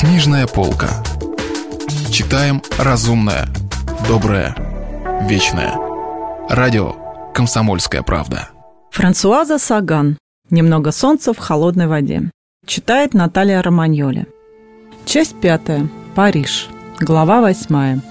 Книжная полка. Читаем разумное, доброе, вечное. Радио «Комсомольская правда». Франсуаза Саган. «Немного солнца в холодной воде». Читает Наталья Романьоли. Часть 5. Париж. Глава 8.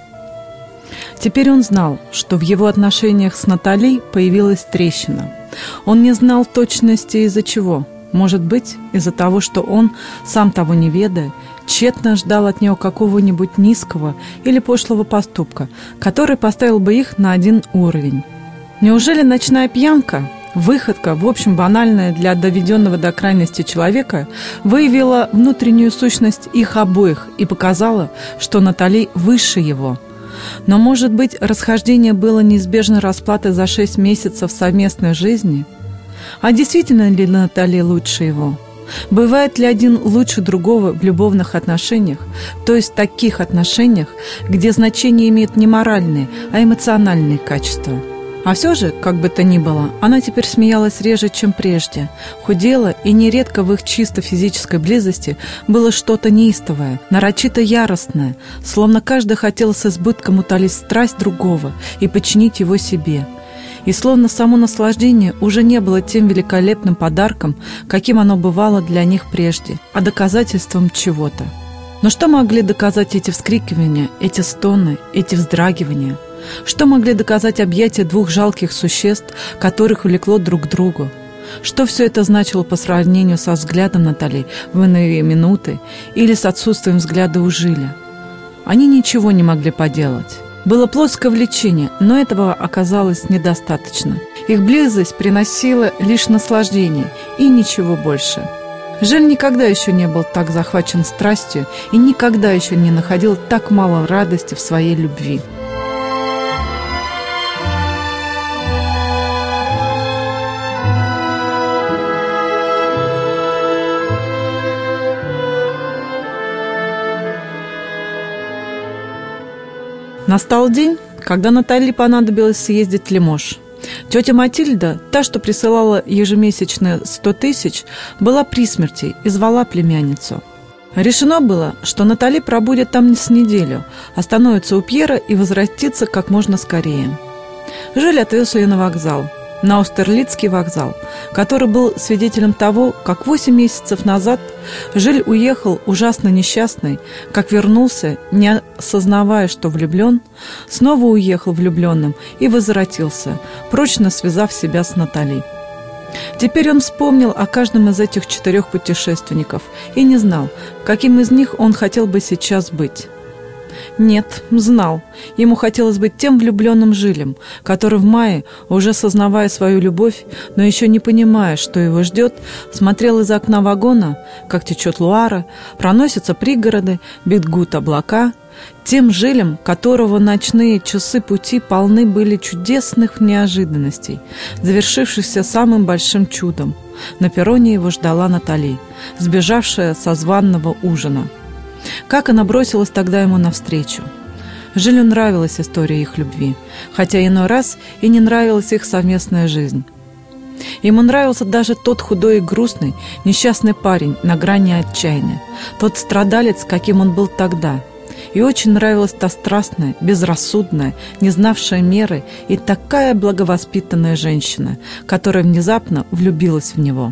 Теперь он знал, что в его отношениях с Натали появилась трещина. Он не знал точности из-за чего. Может быть, из-за того, что он, сам того не ведая, тщетно ждал от нее какого-нибудь низкого или пошлого поступка, который поставил бы их на один уровень. Неужели ночная пьянка, выходка, в общем, банальная для доведенного до крайности человека, выявила внутреннюю сущность их обоих и показала, что Натали выше его? Но, может быть, расхождение было неизбежной расплатой за 6 месяцев совместной жизни? А действительно ли Натали лучше его? Бывает ли один лучше другого в любовных отношениях, то есть в таких отношениях, где значение имеют не моральные, а эмоциональные качества? А все же, как бы то ни было, она теперь смеялась реже, чем прежде, худела, и нередко в их чисто физической близости было что-то неистовое, нарочито яростное, словно каждый хотел с избытком утолить страсть другого и подчинить его себе. И словно само наслаждение уже не было тем великолепным подарком, каким оно бывало для них прежде, а доказательством чего-то. Но что могли доказать эти вскрикивания, эти стоны, эти вздрагивания? Что могли доказать объятия двух жалких существ, которых влекло друг к другу? Что все это значило по сравнению со взглядом Натали в иные минуты или с отсутствием взгляда у Жиля? Они ничего не могли поделать. Было плоское влечение, но этого оказалось недостаточно. Их близость приносила лишь наслаждение и ничего больше. Жиль никогда еще не был так захвачен страстью и никогда еще не находил так мало радости в своей любви. Настал день, когда Натали понадобилось съездить в Лимож. Тетя Матильда, та, что присылала ежемесячно 100 тысяч, была при смерти и звала племянницу. Решено было, что Натали пробудет там с неделю, остановится у Пьера и возвратится как можно скорее. Жиль отвез ее на вокзал, на Аустерлицкий вокзал, который был свидетелем того, как 8 месяцев назад Жиль уехал ужасно несчастный, как вернулся, не осознавая, что влюблен, снова уехал влюбленным и возвратился, прочно связав себя с Натали. Теперь он вспомнил о каждом из этих 4 путешественников и не знал, каким из них он хотел бы сейчас быть. Нет, знал. Ему хотелось быть тем влюбленным Жилем, который в мае, уже сознавая свою любовь, но еще не понимая, что его ждет, смотрел из окна вагона, как течет Луара, проносятся пригороды, бегут облака. Тем Жилем, которого ночные часы пути полны были чудесных неожиданностей, завершившихся самым большим чудом. На перроне его ждала Натали, сбежавшая со званого ужина. Как она бросилась тогда ему навстречу. Жилю нравилась история их любви, хотя иной раз и не нравилась их совместная жизнь. Ему нравился даже тот худой и грустный, несчастный парень на грани отчаяния, тот страдалец, каким он был тогда. И очень нравилась та страстная, безрассудная, не знавшая меры и такая благовоспитанная женщина, которая внезапно влюбилась в него.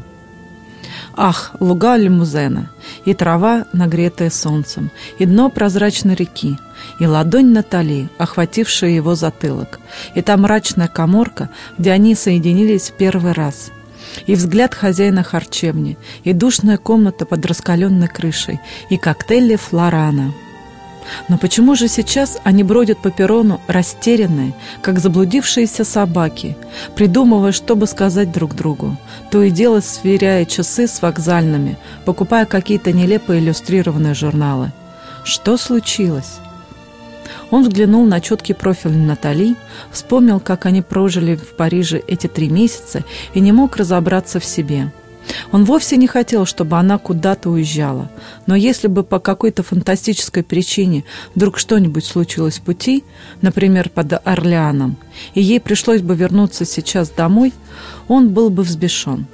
Ах, луга Лимузена, и трава, нагретая солнцем, и дно прозрачной реки, и ладонь Натали, охватившая его затылок, и та мрачная каморка, где они соединились в первый раз, и взгляд хозяина харчевни, и душная комната под раскаленной крышей, и коктейли Флорана. Но почему же сейчас они бродят по перрону, растерянные, как заблудившиеся собаки, придумывая, что бы сказать друг другу, то и дело сверяя часы с вокзальными, покупая какие-то нелепые иллюстрированные журналы? Что случилось? Он взглянул на четкий профиль Натали, вспомнил, как они прожили в Париже эти 3 месяца и не мог разобраться в себе. Он вовсе не хотел, чтобы она куда-то уезжала, но если бы по какой-то фантастической причине вдруг что-нибудь случилось в пути, например, под Орлеаном, и ей пришлось бы вернуться сейчас домой, он был бы взбешен.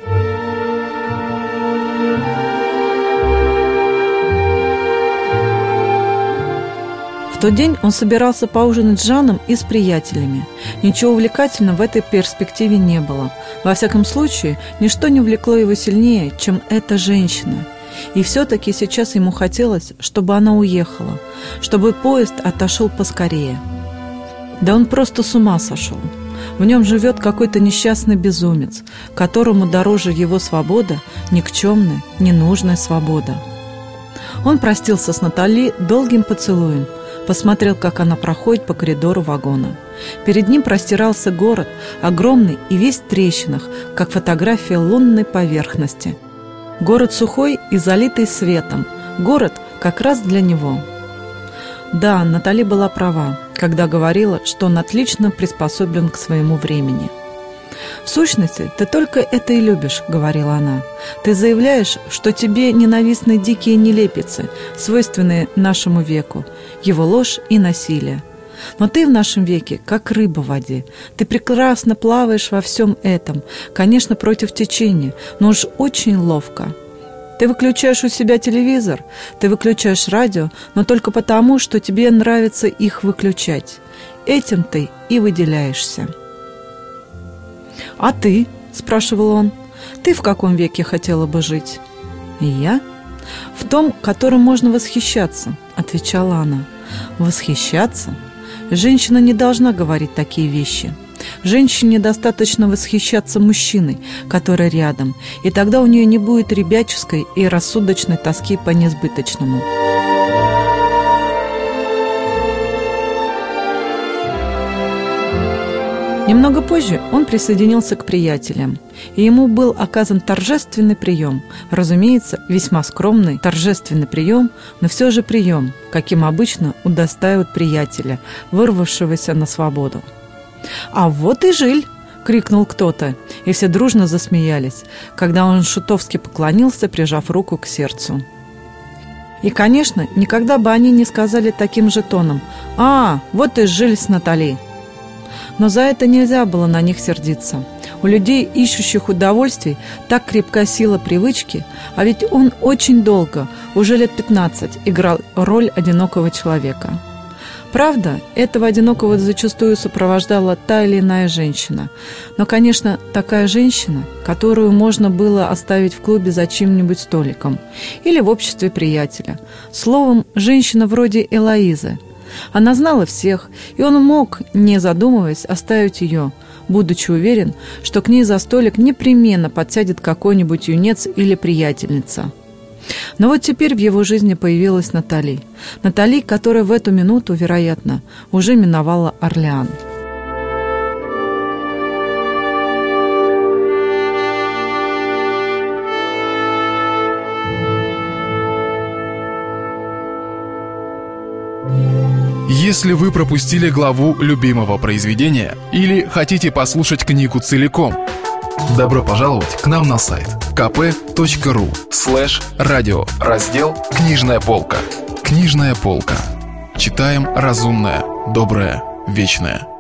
тот день он собирался поужинать с Жаном и с приятелями. Ничего увлекательного в этой перспективе не было. Во всяком случае, ничто не влекло его сильнее, чем эта женщина. И все-таки сейчас ему хотелось, чтобы она уехала, чтобы поезд отошел поскорее. Да он просто с ума сошел. В нем живет какой-то несчастный безумец, которому дороже его свобода, никчемная, ненужная свобода. Он простился с Натали долгим поцелуем, посмотрел, как она проходит по коридору вагона. Перед ним простирался город, огромный и весь в трещинах, как фотография лунной поверхности. Город сухой и залитый светом, город как раз для него. Да, Натали была права, когда говорила, что он отлично приспособлен к своему времени. «В сущности, ты только это и любишь», — говорила она. «Ты заявляешь, что тебе ненавистны дикие нелепицы, свойственные нашему веку, его ложь и насилие. Но ты в нашем веке как рыба в воде. Ты прекрасно плаваешь во всем этом, конечно, против течения, но уж очень ловко. Ты выключаешь у себя телевизор, ты выключаешь радио, но только потому, что тебе нравится их выключать. Этим ты и выделяешься». «А ты?» – спрашивал он. «Ты в каком веке хотела бы жить?» «И я?» «В том, которым можно восхищаться», – отвечала она. «Восхищаться? Женщина не должна говорить такие вещи. Женщине достаточно восхищаться мужчиной, который рядом, и тогда у нее не будет ребяческой и рассудочной тоски по несбыточному». Немного позже он присоединился к приятелям, и ему был оказан торжественный прием, разумеется, весьма скромный торжественный прием, но все же прием, каким обычно удостаивают приятеля, вырвавшегося на свободу. «А вот и Жиль!» — крикнул кто-то, и все дружно засмеялись, когда он шутовски поклонился, прижав руку к сердцу. И, конечно, никогда бы они не сказали таким же тоном: «А, вот и Жиль с Натали!» Но за это нельзя было на них сердиться. У людей, ищущих удовольствий, так крепка сила привычки, а ведь он очень долго, уже лет 15, играл роль одинокого человека. Правда, этого одинокого зачастую сопровождала та или иная женщина. Но, конечно, такая женщина, которую можно было оставить в клубе за чьим-нибудь столиком или в обществе приятеля. Словом, женщина вроде Элоизы. Она знала всех, и он мог, не задумываясь, оставить ее, будучи уверен, что к ней за столик непременно подсядет какой-нибудь юнец или приятельница. Но вот теперь в его жизни появилась Натали. Натали, которая в эту минуту, вероятно, уже миновала Орлеан. Если вы пропустили главу любимого произведения или хотите послушать книгу целиком, добро пожаловать к нам на сайт kp.ru/радио, раздел «Книжная полка». Книжная полка. Читаем разумное, доброе, вечное.